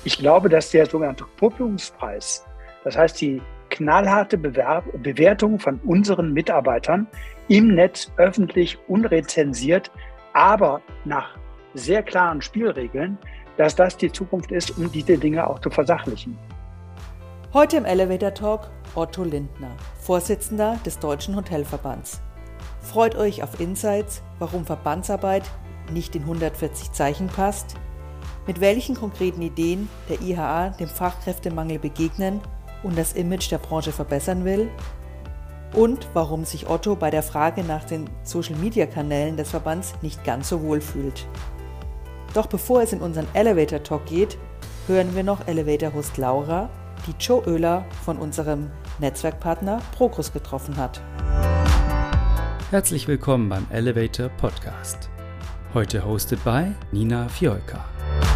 Ich glaube, dass der sogenannte Publikumspreis, das heißt die knallharte Bewertung von unseren Mitarbeitern im Netz öffentlich unrezensiert, aber nach sehr klaren Spielregeln, dass das die Zukunft ist, um diese Dinge auch zu versachlichen. Heute im Elevator Talk Otto Lindner, Vorsitzender des Deutschen Hotelverbands. Freut euch auf Insights, warum Verbandsarbeit nicht in 140 Zeichen passt, mit welchen konkreten Ideen der IHA dem Fachkräftemangel begegnen und das Image der Branche verbessern will und warum sich Otto bei der Frage nach den Social-Media-Kanälen des Verbands nicht ganz so wohl fühlt. Doch bevor es in unseren Elevator Talk geht, hören wir noch Elevator-Host Laura, die Joe Oehler von unserem Netzwerkpartner Progress getroffen hat. Herzlich willkommen beim Elevator Podcast. Heute hosted by Nina Fiolka.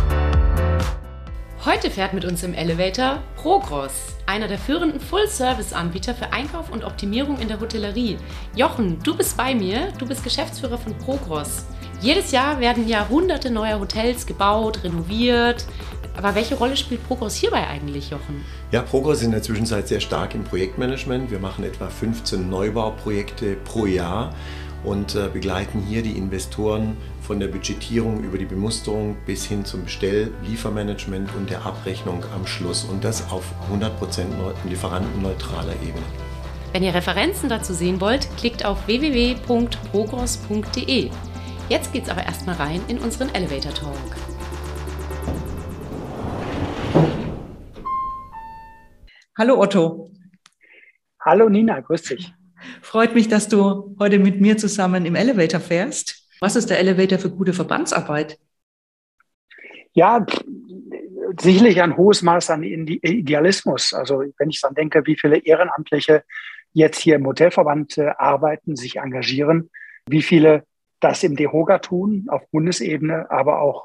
Heute fährt mit uns im Elevator Progress, einer der führenden Full-Service-Anbieter für Einkauf und Optimierung in der Hotellerie. Jochen, du bist bei mir, du bist Geschäftsführer von Progress. Jedes Jahr werden ja hunderte neuer Hotels gebaut, renoviert. Aber welche Rolle spielt Progress hierbei eigentlich, Jochen? Ja, Progress ist in der Zwischenzeit sehr stark im Projektmanagement. Wir machen etwa 15 Neubauprojekte pro Jahr und begleiten hier die Investoren von der Budgetierung über die Bemusterung bis hin zum Bestell-, Liefermanagement und der Abrechnung am Schluss. Und das auf 100% lieferantenneutraler Ebene. Wenn ihr Referenzen dazu sehen wollt, klickt auf www.progress.de. Jetzt geht's aber erstmal rein in unseren Elevator Talk. Hallo Otto. Hallo Nina, grüß dich. Freut mich, dass du heute mit mir zusammen im Elevator fährst. Was ist der Elevator für gute Verbandsarbeit? Ja, sicherlich ein hohes Maß an Idealismus. Also wenn ich dann denke, wie viele Ehrenamtliche jetzt hier im Hotelverband arbeiten, sich engagieren, wie viele das im DEHOGA tun, auf Bundesebene, aber auch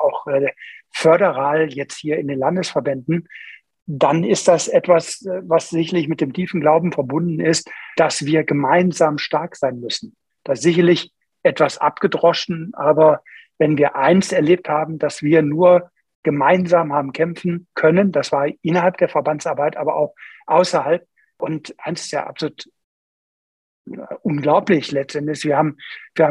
föderal jetzt hier in den Landesverbänden, dann ist das etwas, was sicherlich mit dem tiefen Glauben verbunden ist, dass wir gemeinsam stark sein müssen. Das ist sicherlich etwas abgedroschen, aber wenn wir eins erlebt haben, dass wir nur gemeinsam haben kämpfen können, das war innerhalb der Verbandsarbeit, aber auch außerhalb. Und eins ist ja absolut unglaublich letztendlich. Wir haben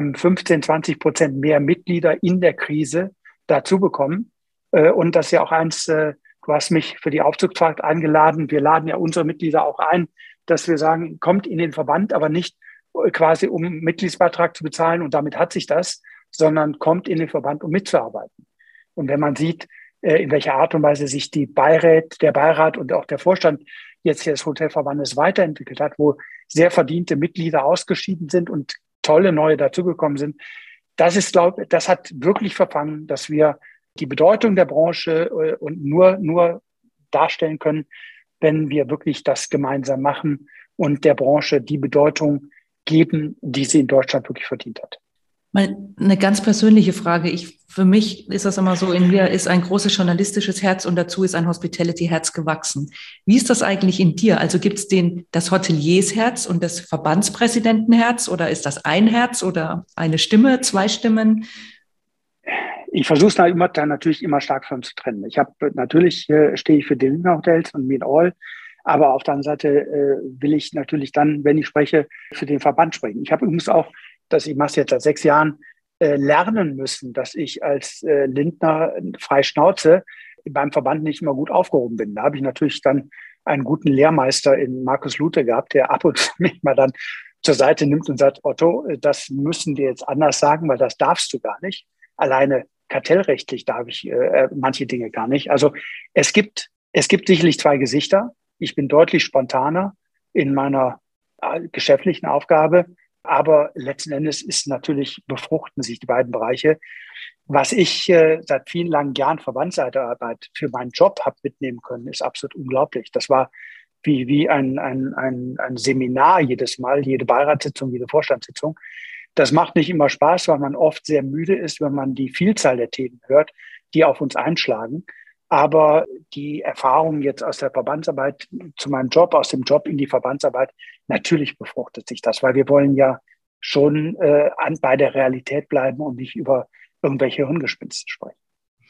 15-20% mehr Mitglieder in der Krise dazu bekommen. Und das ist ja auch eins, du hast mich für die Aufsichtsrat eingeladen. Wir laden ja unsere Mitglieder auch ein, dass wir sagen, kommt in den Verband, aber nicht quasi um einen Mitgliedsbeitrag zu bezahlen und damit hat sich das, sondern kommt in den Verband, um mitzuarbeiten. Und wenn man sieht, in welcher Art und Weise sich der Beirat und auch der Vorstand jetzt hier des Hotelverbandes weiterentwickelt hat, wo sehr verdiente Mitglieder ausgeschieden sind und tolle neue dazugekommen sind, das hat wirklich verfangen, dass wir die Bedeutung der Branche und nur darstellen können, wenn wir wirklich das gemeinsam machen und der Branche die Bedeutung geben, die sie in Deutschland wirklich verdient hat. Mal eine ganz persönliche Frage. Für mich ist das immer so, in mir ist ein großes journalistisches Herz und dazu ist ein Hospitality-Herz gewachsen. Wie ist das eigentlich in dir? Also gibt es das Hoteliersherz und das Verbandspräsidentenherz oder ist das ein Herz oder eine Stimme, zwei Stimmen? Ich versuche es natürlich immer stark von zu trennen. Stehe ich für die Lindner Hotels und Me & All, aber auf der anderen Seite will ich natürlich dann, wenn ich spreche, für den Verband sprechen. Ich habe übrigens auch, ich mache es jetzt seit 6 Jahren, lernen müssen, dass ich als Lindner frei Schnauze beim Verband nicht immer gut aufgehoben bin. Da habe ich natürlich dann einen guten Lehrmeister in Markus Luthe gehabt, der ab und zu mich mal dann zur Seite nimmt und sagt, Otto, das müssen wir jetzt anders sagen, weil das darfst du gar nicht. Alleine kartellrechtlich darf ich manche Dinge gar nicht. Also es gibt sicherlich 2 Gesichter. Ich bin deutlich spontaner in meiner geschäftlichen Aufgabe, aber letzten Endes befruchten sich die beiden Bereiche. Was ich seit vielen langen Jahren Verbandsarbeit für meinen Job habe mitnehmen können, ist absolut unglaublich. Das war wie ein Seminar jedes Mal, jede Beiratssitzung, jede Vorstandssitzung. Das macht nicht immer Spaß, weil man oft sehr müde ist, wenn man die Vielzahl der Themen hört, die auf uns einschlagen. Aber die Erfahrung jetzt aus der Verbandsarbeit zu meinem Job, aus dem Job in die Verbandsarbeit, natürlich befruchtet sich das, weil wir wollen ja schon bei der Realität bleiben und nicht über irgendwelche Hirngespinste sprechen.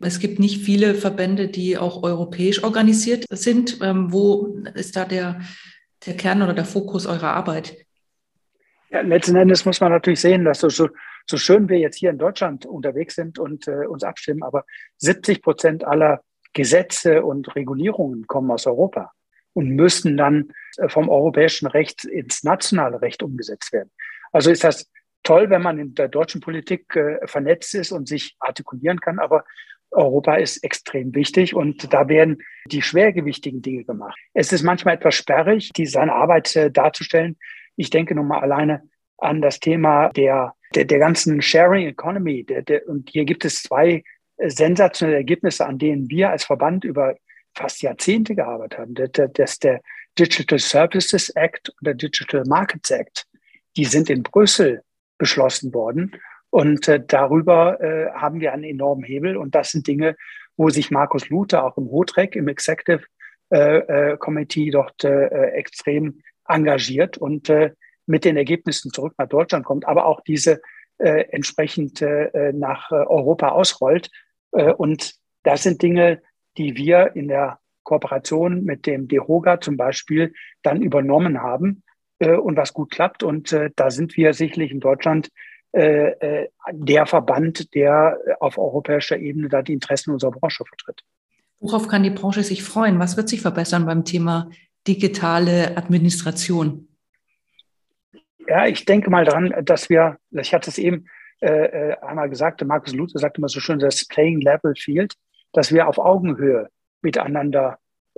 Es gibt nicht viele Verbände, die auch europäisch organisiert sind. Wo ist da der Kern oder der Fokus eurer Arbeit? Ja, letzten Endes muss man natürlich sehen, dass so schön wir jetzt hier in Deutschland unterwegs sind und uns abstimmen, aber 70% aller Gesetze und Regulierungen kommen aus Europa und müssen dann vom europäischen Recht ins nationale Recht umgesetzt werden. Also ist das toll, wenn man in der deutschen Politik vernetzt ist und sich artikulieren kann, aber Europa ist extrem wichtig und da werden die schwergewichtigen Dinge gemacht. Es ist manchmal etwas sperrig, seine Arbeit darzustellen. Ich denke nun mal alleine an das Thema der ganzen Sharing Economy. Und hier gibt es 2 sensationelle Ergebnisse, an denen wir als Verband über fast Jahrzehnte gearbeitet haben. Das ist der Digital Services Act und der Digital Markets Act. Die sind in Brüssel beschlossen worden. Und darüber haben wir einen enormen Hebel. Und das sind Dinge, wo sich Markus Luther auch im HOTREC, im Executive Committee dort extrem engagiert und mit den Ergebnissen zurück nach Deutschland kommt, aber auch diese entsprechend nach Europa ausrollt. Und das sind Dinge, die wir in der Kooperation mit dem DEHOGA zum Beispiel dann übernommen haben und was gut klappt. Und da sind wir sicherlich in Deutschland der Verband, der auf europäischer Ebene da die Interessen unserer Branche vertritt. Worauf kann die Branche sich freuen? Was wird sich verbessern beim Thema digitale Administration? Ja, ich denke mal daran, dass ich hatte es eben einmal gesagt, Markus Luther sagt immer so schön, das Playing Level Field, dass wir auf Augenhöhe miteinander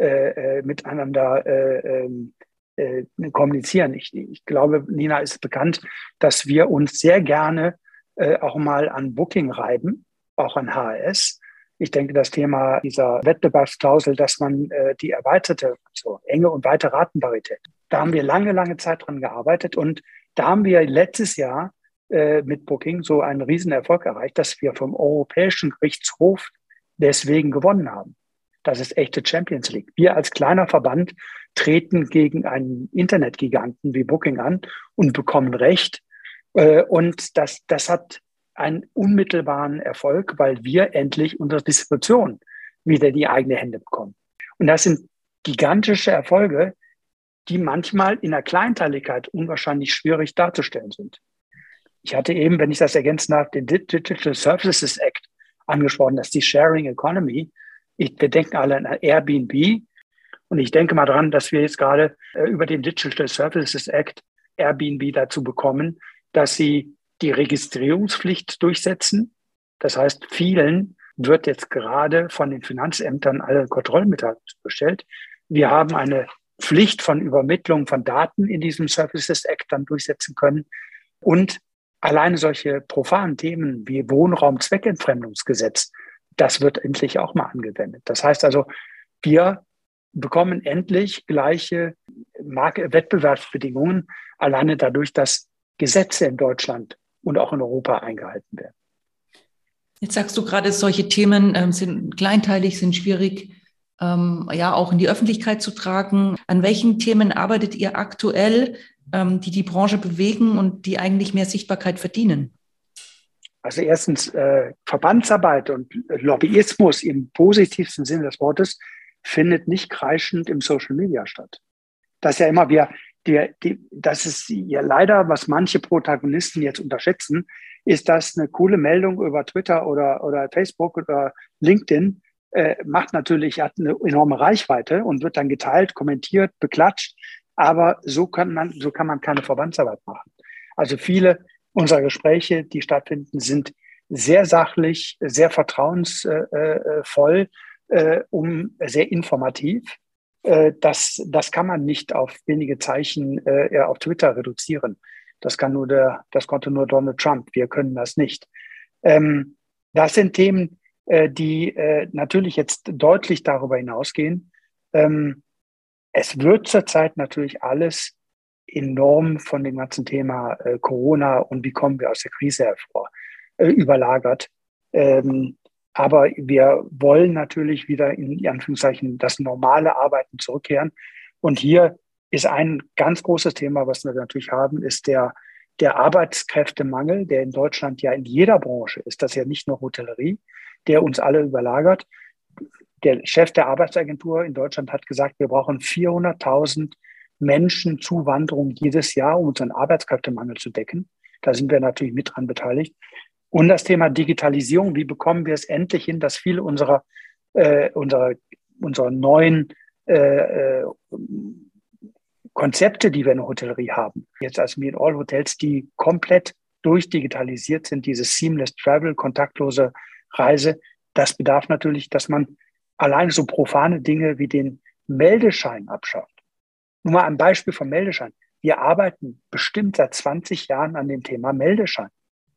kommunizieren. Ich glaube, Nina, ist bekannt, dass wir uns sehr gerne auch mal an Booking reiben, auch an HRS. Ich denke, das Thema dieser Wettbewerbsklausel, dass man die erweiterte, so enge und weite Ratenparität, da haben wir lange Zeit dran gearbeitet und da haben wir letztes Jahr mit Booking so einen Riesenerfolg erreicht, dass wir vom Europäischen Gerichtshof deswegen gewonnen haben. Das ist echte Champions League. Wir als kleiner Verband treten gegen einen Internetgiganten wie Booking an und bekommen Recht. Und das hat einen unmittelbaren Erfolg, weil wir endlich unsere Distribution wieder in die eigene Hände bekommen. Und das sind gigantische Erfolge, die manchmal in der Kleinteiligkeit unwahrscheinlich schwierig darzustellen sind. Ich hatte eben, wenn ich das ergänzen darf, den Digital Services Act angesprochen, das ist die Sharing Economy. Wir denken alle an Airbnb und ich denke mal daran, dass wir jetzt gerade über den Digital Services Act Airbnb dazu bekommen, dass sie die Registrierungspflicht durchsetzen. Das heißt, vielen wird jetzt gerade von den Finanzämtern alle Kontrollmitteilungen zugestellt. Wir haben eine Pflicht von Übermittlung von Daten in diesem Services Act dann durchsetzen können. Und alleine solche profanen Themen wie Wohnraum-Zweckentfremdungsgesetz, das wird endlich auch mal angewendet. Das heißt also, wir bekommen endlich gleiche Wettbewerbsbedingungen, alleine dadurch, dass Gesetze in Deutschland und auch in Europa eingehalten werden. Jetzt sagst du gerade, solche Themen sind kleinteilig, sind schwierig, auch in die Öffentlichkeit zu tragen. An welchen Themen arbeitet ihr aktuell, die die Branche bewegen und die eigentlich mehr Sichtbarkeit verdienen? Also erstens, Verbandsarbeit und Lobbyismus im positivsten Sinne des Wortes findet nicht kreischend im Social Media statt. Das ist ja immer das ist ja leider, was manche Protagonisten jetzt unterschätzen, ist, dass eine coole Meldung über Twitter oder Facebook oder LinkedIn hat eine enorme Reichweite und wird dann geteilt, kommentiert, beklatscht. Aber so kann man keine Verbandsarbeit machen. Also viele unserer Gespräche, die stattfinden, sind sehr sachlich, sehr vertrauensvoll, sehr informativ. Das kann man nicht auf wenige Zeichen auf Twitter reduzieren. Das konnte nur Donald Trump. Wir können das nicht. Das sind Themen, die natürlich jetzt deutlich darüber hinausgehen. Es wird zurzeit natürlich alles enorm von dem ganzen Thema Corona und wie kommen wir aus der Krise hervor, überlagert. Aber wir wollen natürlich wieder in Anführungszeichen das normale Arbeiten zurückkehren. Und hier ist ein ganz großes Thema, was wir natürlich haben, ist der Arbeitskräftemangel, der in Deutschland ja in jeder Branche ist. Das ist ja nicht nur Hotellerie. der uns alle überlagert. Der Chef der Arbeitsagentur in Deutschland hat gesagt, wir brauchen 400.000 Menschenzuwanderung jedes Jahr, um unseren Arbeitskräftemangel zu decken. Da sind wir natürlich mit dran beteiligt. Und das Thema Digitalisierung, wie bekommen wir es endlich hin, dass viele unserer neuen Konzepte, die wir in der Hotellerie haben, jetzt als Me&All-Hotels, die komplett durchdigitalisiert sind, dieses Seamless Travel, kontaktlose Reise, das bedarf natürlich, dass man allein so profane Dinge wie den Meldeschein abschafft. Nur mal ein Beispiel vom Meldeschein. Wir arbeiten bestimmt seit 20 Jahren an dem Thema Meldeschein.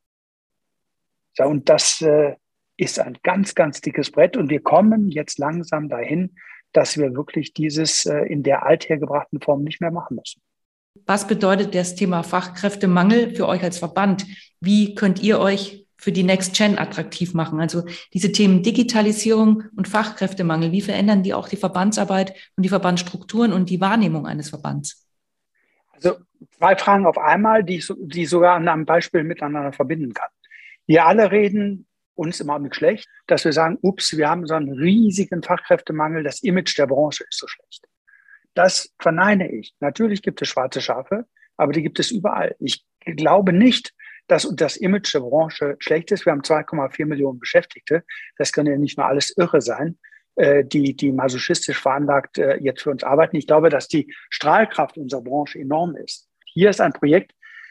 Ja, und das ist ein ganz, ganz dickes Brett. Und wir kommen jetzt langsam dahin, dass wir wirklich dieses in der althergebrachten Form nicht mehr machen müssen. Was bedeutet das Thema Fachkräftemangel für euch als Verband? Wie könnt ihr euch für die Next Gen attraktiv machen? Also diese Themen Digitalisierung und Fachkräftemangel, wie verändern die auch die Verbandsarbeit und die Verbandsstrukturen und die Wahrnehmung eines Verbands? Also 2 Fragen auf einmal, die ich sogar an einem Beispiel miteinander verbinden kann. Wir alle reden uns im Augenblick schlecht, dass wir sagen, ups, wir haben so einen riesigen Fachkräftemangel, das Image der Branche ist so schlecht. Das verneine ich. Natürlich gibt es schwarze Schafe, aber die gibt es überall. Ich glaube nicht, dass das Image der Branche schlecht ist. Wir haben 2,4 Millionen Beschäftigte. Das können ja nicht nur alles Irre sein, die masochistisch veranlagt jetzt für uns arbeiten. Ich glaube, dass die Strahlkraft unserer Branche enorm ist. Hier ist ein Projekt,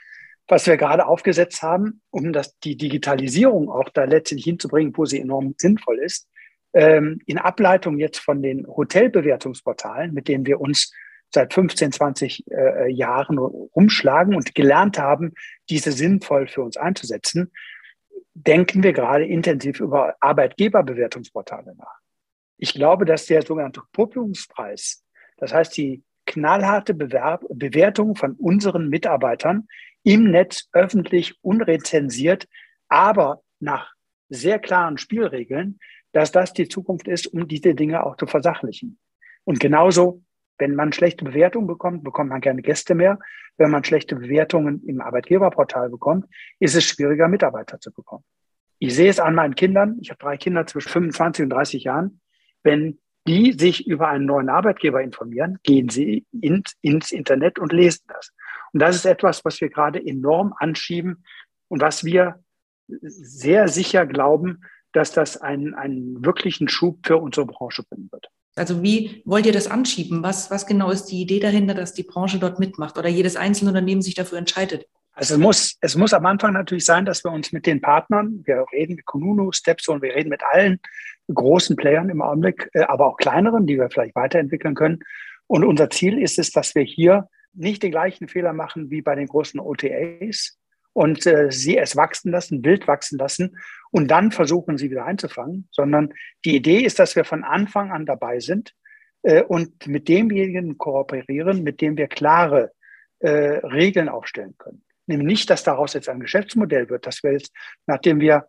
was wir gerade aufgesetzt haben, um die Digitalisierung auch da letztendlich hinzubringen, wo sie enorm sinnvoll ist. In Ableitung jetzt von den Hotelbewertungsportalen, mit denen wir uns seit 15, 20 Jahren rumschlagen und gelernt haben, diese sinnvoll für uns einzusetzen, denken wir gerade intensiv über Arbeitgeberbewertungsportale nach. Ich glaube, dass der sogenannte Publikumspreis, das heißt die knallharte Bewertung von unseren Mitarbeitern im Netz öffentlich unrezensiert, aber nach sehr klaren Spielregeln, dass das die Zukunft ist, um diese Dinge auch zu versachlichen. Und genauso, wenn man schlechte Bewertungen bekommt, bekommt man keine Gäste mehr. Wenn man schlechte Bewertungen im Arbeitgeberportal bekommt, ist es schwieriger, Mitarbeiter zu bekommen. Ich sehe es an meinen Kindern. Ich habe 3 Kinder zwischen 25 und 30 Jahren. Wenn die sich über einen neuen Arbeitgeber informieren, gehen sie ins Internet und lesen das. Und das ist etwas, was wir gerade enorm anschieben und was wir sehr sicher glauben, dass das einen wirklichen Schub für unsere Branche bringen wird. Also wie wollt ihr das anschieben? Was genau ist die Idee dahinter, dass die Branche dort mitmacht oder jedes einzelne Unternehmen sich dafür entscheidet? Also es muss am Anfang natürlich sein, dass wir uns mit den Partnern, wir reden mit Kununu, Stepstone, wir reden mit allen großen Playern im Augenblick, aber auch kleineren, die wir vielleicht weiterentwickeln können. Und unser Ziel ist es, dass wir hier nicht den gleichen Fehler machen wie bei den großen OTAs und sie es wachsen lassen, wild wachsen lassen und dann versuchen, sie wieder einzufangen, sondern die Idee ist, dass wir von Anfang an dabei sind und mit demjenigen kooperieren, mit dem wir klare Regeln aufstellen können. Nämlich nicht, dass daraus jetzt ein Geschäftsmodell wird, dass wir jetzt, nachdem wir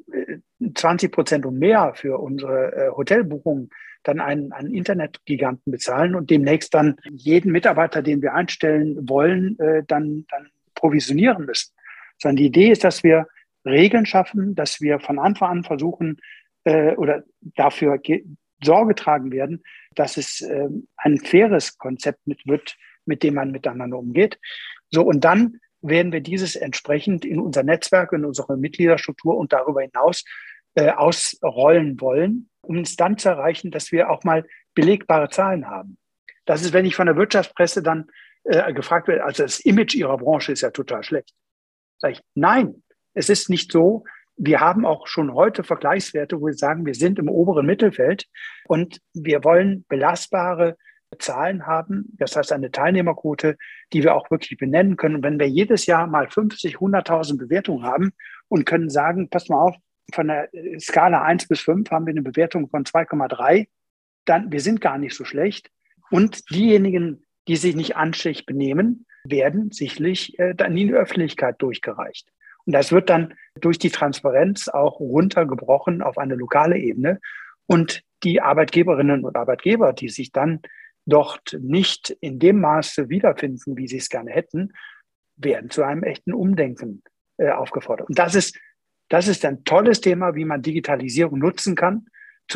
20% und mehr für unsere Hotelbuchungen dann einen Internetgiganten bezahlen und demnächst dann jeden Mitarbeiter, den wir einstellen wollen, dann provisionieren müssen. Sondern die Idee ist, dass wir Regeln schaffen, dass wir von Anfang an versuchen oder dafür Sorge tragen werden, dass es ein faires Konzept wird, mit dem man miteinander umgeht. So, und dann werden wir dieses entsprechend in unser Netzwerk, in unsere Mitgliederstruktur und darüber hinaus ausrollen wollen, um es dann zu erreichen, dass wir auch mal belegbare Zahlen haben. Das ist, wenn ich von der Wirtschaftspresse dann gefragt werde, also das Image Ihrer Branche ist ja total schlecht. Sag ich, nein, es ist nicht so. Wir haben auch schon heute Vergleichswerte, wo wir sagen, wir sind im oberen Mittelfeld und wir wollen belastbare Zahlen haben, das heißt eine Teilnehmerquote, die wir auch wirklich benennen können. Und wenn wir jedes Jahr mal 50, 100.000 Bewertungen haben und können sagen, passt mal auf, von der Skala 1 bis 5 haben wir eine Bewertung von 2,3, dann wir sind gar nicht so schlecht. Und diejenigen, die sich nicht anständig benehmen, werden sicherlich dann in die Öffentlichkeit durchgereicht. Und das wird dann durch die Transparenz auch runtergebrochen auf eine lokale Ebene. Und die Arbeitgeberinnen und Arbeitgeber, die sich dann dort nicht in dem Maße wiederfinden, wie sie es gerne hätten, werden zu einem echten Umdenken aufgefordert. Und das Das ist ein tolles Thema, wie man Digitalisierung nutzen kann,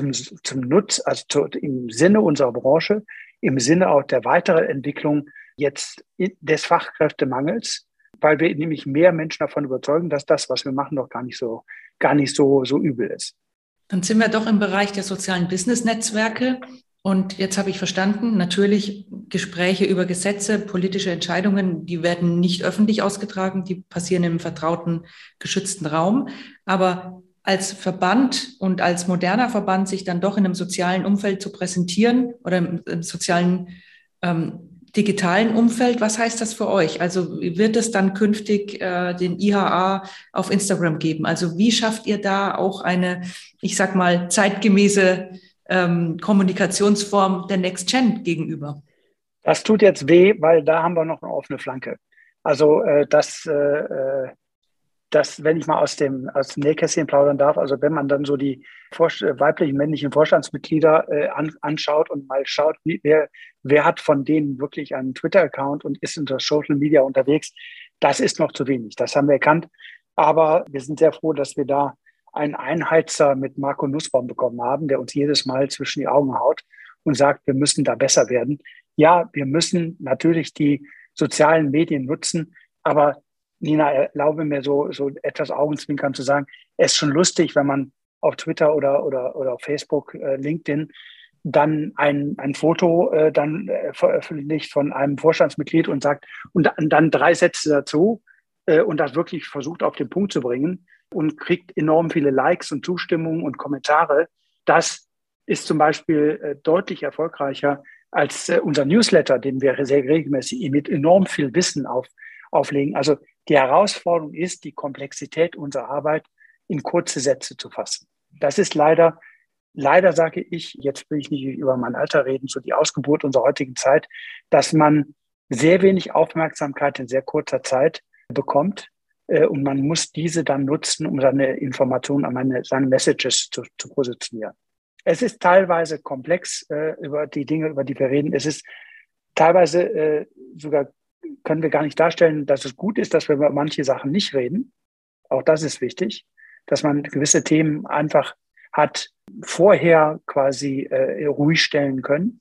im Sinne unserer Branche, im Sinne auch der weiteren Entwicklung jetzt des Fachkräftemangels, weil wir nämlich mehr Menschen davon überzeugen, dass das, was wir machen, doch gar nicht so übel ist. Dann sind wir doch im Bereich der sozialen Business-Netzwerke. Und jetzt habe ich verstanden, natürlich Gespräche über Gesetze, politische Entscheidungen, die werden nicht öffentlich ausgetragen, die passieren im vertrauten, geschützten Raum. Aber als Verband und als moderner Verband sich dann doch in einem sozialen Umfeld zu präsentieren oder im sozialen digitalen Umfeld, was heißt das für euch? Also wird es dann künftig den IHA auf Instagram geben? Also wie schafft ihr da auch eine, ich sag mal, zeitgemäße Kommunikationsform der Next Gen gegenüber? Das tut jetzt weh, weil da haben wir noch eine offene Flanke. Also das, wenn ich mal aus dem Nähkästchen plaudern darf, also wenn man dann so die weiblichen, männlichen Vorstandsmitglieder anschaut und mal schaut, wer hat von denen wirklich einen Twitter-Account und ist unter Social Media unterwegs, das ist noch zu wenig. Das haben wir erkannt. Aber wir sind sehr froh, dass wir da einen Einheizer mit Marco Nussbaum bekommen haben, der uns jedes Mal zwischen die Augen haut und sagt, wir müssen da besser werden. Ja, wir müssen natürlich die sozialen Medien nutzen, aber Nina, erlaube mir so etwas Augenzwinkern zu sagen, es ist schon lustig, wenn man auf Twitter oder auf Facebook, LinkedIn dann ein Foto veröffentlicht von einem Vorstandsmitglied und sagt, und dann 3 Sätze dazu und das wirklich versucht auf den Punkt zu bringen und kriegt enorm viele Likes und Zustimmungen und Kommentare. Das ist zum Beispiel deutlich erfolgreicher als unser Newsletter, den wir sehr regelmäßig mit enorm viel Wissen auflegen. Also die Herausforderung ist, die Komplexität unserer Arbeit in kurze Sätze zu fassen. Das ist leider sage ich, jetzt will ich nicht über mein Alter reden, so die Ausgeburt unserer heutigen Zeit, dass man sehr wenig Aufmerksamkeit in sehr kurzer Zeit bekommt und man muss diese dann nutzen, um seine Informationen, seine Messages zu positionieren. Es ist teilweise komplex über die Dinge, über die wir reden. Es ist teilweise sogar können wir gar nicht darstellen, dass es gut ist, dass wir über manche Sachen nicht reden. Auch das ist wichtig, dass man gewisse Themen einfach hat vorher quasi ruhig stellen können.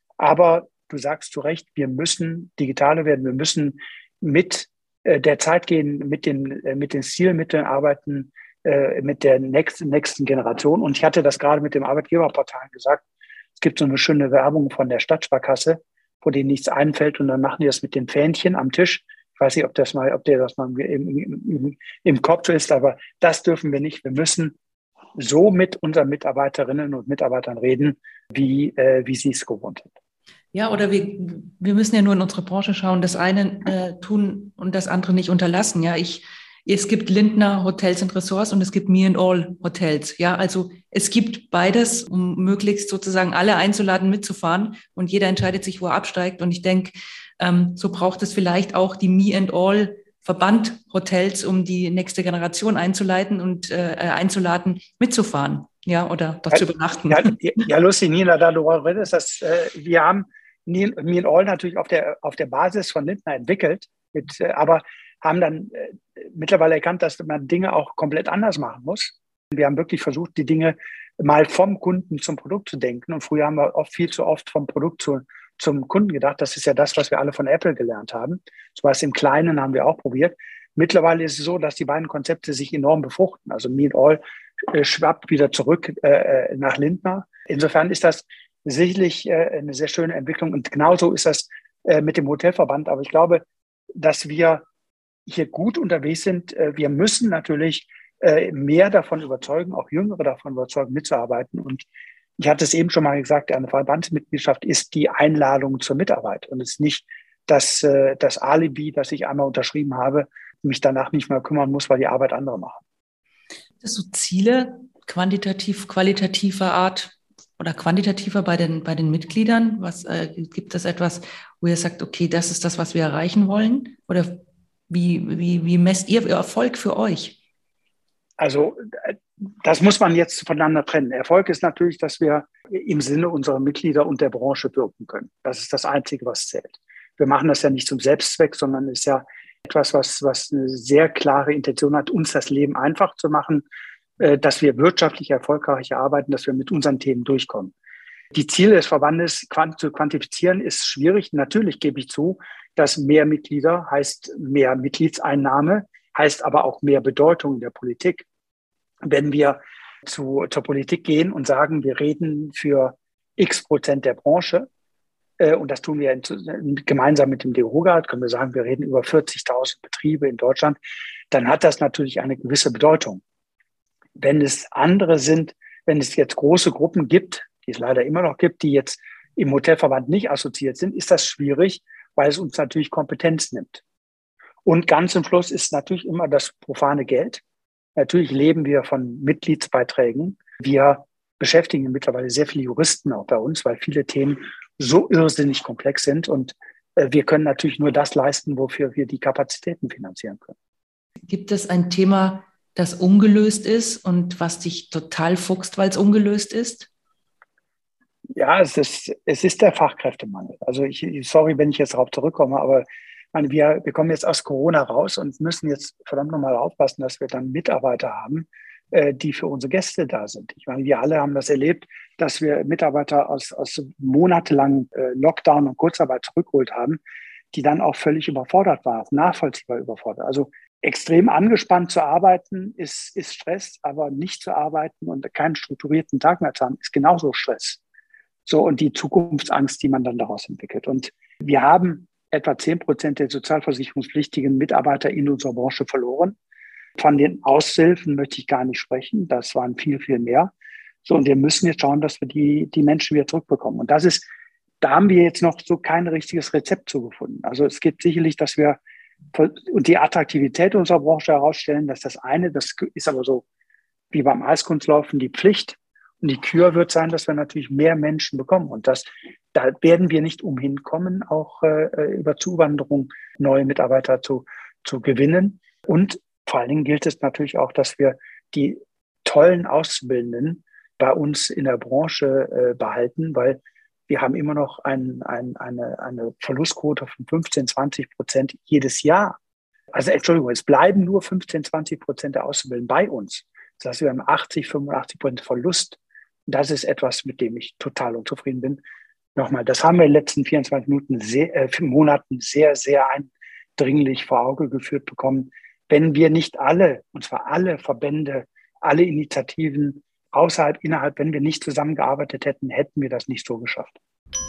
Aber du sagst zu Recht, wir müssen digitaler werden, wir müssen mit der Zeit gehen, mit den Stilmitteln arbeiten, mit der nächsten Generation. Und ich hatte das gerade mit dem Arbeitgeberportal gesagt. Es gibt so eine schöne Werbung von der Stadtsparkasse, wo denen nichts einfällt und dann machen die das mit den Fähnchen am Tisch. Ich weiß nicht, ob dir das mal im Kopf ist, aber das dürfen wir nicht. Wir müssen so mit unseren Mitarbeiterinnen und Mitarbeitern reden, wie sie es gewohnt sind. Ja, oder wir müssen ja nur in unsere Branche schauen, das eine tun und das andere nicht unterlassen. Ja, es gibt Lindner Hotels und Ressorts und es gibt Me and All Hotels. Ja, also es gibt beides, um möglichst sozusagen alle einzuladen, mitzufahren und jeder entscheidet sich, wo er absteigt. Und ich denke, so braucht es vielleicht auch die Me and All Verband-Hotels, um die nächste Generation einzuladen, mitzufahren. Ja, oder dort zu übernachten. Ja, lustig, Nina, da du redest, dass wir haben Me and All natürlich auf der Basis von Lindner entwickelt, aber haben dann mittlerweile erkannt, dass man Dinge auch komplett anders machen muss. Wir haben wirklich versucht, die Dinge mal vom Kunden zum Produkt zu denken. Und früher haben wir viel zu oft vom Produkt zum Kunden gedacht. Das ist ja das, was wir alle von Apple gelernt haben. So was im Kleinen haben wir auch probiert. Mittlerweile ist es so, dass die beiden Konzepte sich enorm befruchten. Also Me and All schwappt wieder zurück nach Lindner. Insofern ist das sicherlich eine sehr schöne Entwicklung. Und genauso ist das mit dem Hotelverband. Aber ich glaube, dass wir hier gut unterwegs sind. Wir müssen natürlich mehr davon überzeugen, auch Jüngere davon überzeugen, mitzuarbeiten. Und ich hatte es eben schon mal gesagt, eine Verbandsmitgliedschaft ist die Einladung zur Mitarbeit und es ist nicht das Alibi, das ich einmal unterschrieben habe, mich danach nicht mehr kümmern muss, weil die Arbeit andere machen. Das so Ziele quantitativ, qualitativer Art oder quantitativer bei den Mitgliedern? Gibt es etwas, wo ihr sagt, okay, das ist das, was wir erreichen wollen? Oder wie messt ihr Erfolg für euch? Also das muss man jetzt voneinander trennen. Erfolg ist natürlich, dass wir im Sinne unserer Mitglieder und der Branche wirken können. Das ist das Einzige, was zählt. Wir machen das ja nicht zum Selbstzweck, sondern ist ja etwas, was eine sehr klare Intention hat, uns das Leben einfach zu machen, dass wir wirtschaftlich erfolgreich arbeiten, dass wir mit unseren Themen durchkommen. Die Ziele des Verbandes zu quantifizieren ist schwierig. Natürlich gebe ich zu, dass mehr Mitglieder heißt mehr Mitgliedseinnahme, heißt aber auch mehr Bedeutung in der Politik. Wenn wir zur Politik gehen und sagen, wir reden für X% der Branche, und das tun wir gemeinsam mit dem DEHOGA, können wir sagen, wir reden über 40.000 Betriebe in Deutschland, dann hat das natürlich eine gewisse Bedeutung. Wenn es andere sind, wenn es jetzt große Gruppen gibt, die es leider immer noch gibt, die jetzt im Hotelverband nicht assoziiert sind, ist das schwierig, weil es uns natürlich Kompetenz nimmt. Und ganz zum Schluss ist natürlich immer das profane Geld. Natürlich leben wir von Mitgliedsbeiträgen. Wir beschäftigen mittlerweile sehr viele Juristen auch bei uns, weil viele Themen so irrsinnig komplex sind. Und wir können natürlich nur das leisten, wofür wir die Kapazitäten finanzieren können. Gibt es ein Thema, das ungelöst ist und was dich total fuchst, weil es ungelöst ist? Ja, es ist der Fachkräftemangel. Also sorry, wenn ich jetzt darauf zurückkomme, aber wir kommen jetzt aus Corona raus und müssen jetzt verdammt nochmal aufpassen, dass wir dann Mitarbeiter haben, die für unsere Gäste da sind. Ich meine, wir alle haben das erlebt, dass wir Mitarbeiter aus monatelangen Lockdown und Kurzarbeit zurückgeholt haben, die dann auch völlig überfordert waren, nachvollziehbar überfordert. Also extrem angespannt zu arbeiten ist Stress, aber nicht zu arbeiten und keinen strukturierten Tag mehr zu haben, ist genauso Stress. So, und die Zukunftsangst, die man dann daraus entwickelt. Und wir haben etwa 10% der sozialversicherungspflichtigen Mitarbeiter in unserer Branche verloren. Von den Aushilfen möchte ich gar nicht sprechen. Das waren viel, viel mehr. So, und wir müssen jetzt schauen, dass wir die Menschen wieder zurückbekommen. Und da haben wir jetzt noch so kein richtiges Rezept zugefunden. Also es gibt sicherlich, dass wir und die Attraktivität unserer Branche herausstellen, dass das ist aber so wie beim Eiskunstlaufen die Pflicht. Und die Kür wird sein, dass wir natürlich mehr Menschen bekommen. Und da werden wir nicht umhin kommen, auch über Zuwanderung neue Mitarbeiter zu gewinnen. Und vor allen Dingen gilt es natürlich auch, dass wir die tollen Auszubildenden bei uns in der Branche behalten, weil wir haben immer noch eine Verlustquote von 15-20% jedes Jahr. Also Entschuldigung, es bleiben nur 15-20% der Auszubildenden bei uns. Das heißt, wir haben 80-85% Verlust. Das ist etwas, mit dem ich total unzufrieden bin. Nochmal, das haben wir in den letzten 24 Monaten sehr, sehr eindringlich vor Auge geführt bekommen. Wenn wir nicht alle, und zwar alle Verbände, alle Initiativen innerhalb, wenn wir nicht zusammengearbeitet hätten, hätten wir das nicht so geschafft.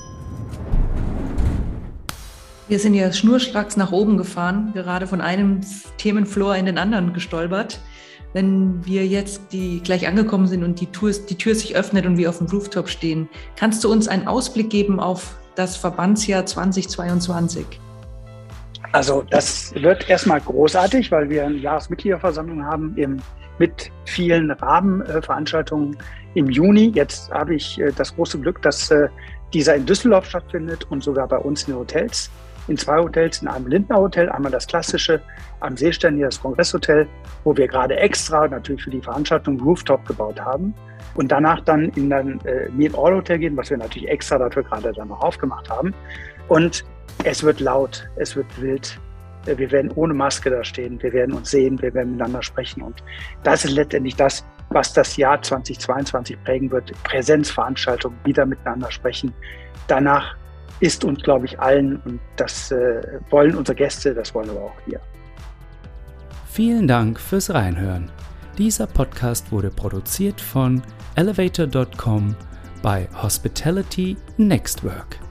Wir sind ja schnurstracks nach oben gefahren, gerade von einem Themenflor in den anderen gestolpert. Wenn wir jetzt gleich angekommen sind und die Tür sich öffnet und wir auf dem Rooftop stehen, kannst du uns einen Ausblick geben auf das Verbandsjahr 2022? Also das wird erstmal großartig, weil wir eine Jahresmitgliederversammlung haben mit vielen Rahmenveranstaltungen im Juni. Jetzt habe ich das große Glück, dass dieser in Düsseldorf stattfindet und sogar bei uns in den Hotels. In 2 Hotels, in einem Lindner Hotel, einmal das klassische, am Seestern hier das Kongresshotel, wo wir gerade extra natürlich für die Veranstaltung Rooftop gebaut haben. Und danach dann in ein Meet All Hotel gehen, was wir natürlich extra dafür gerade dann noch aufgemacht haben. Und es wird laut, es wird wild. Wir werden ohne Maske da stehen, wir werden uns sehen, wir werden miteinander sprechen. Und das ist letztendlich das, was das Jahr 2022 prägen wird. Präsenzveranstaltungen, wieder miteinander sprechen. Danach ist uns, glaube ich, allen, und das wollen unsere Gäste, das wollen aber auch wir. Vielen Dank fürs Reinhören. Dieser Podcast wurde produziert von elevator.com bei Hospitality Next Work.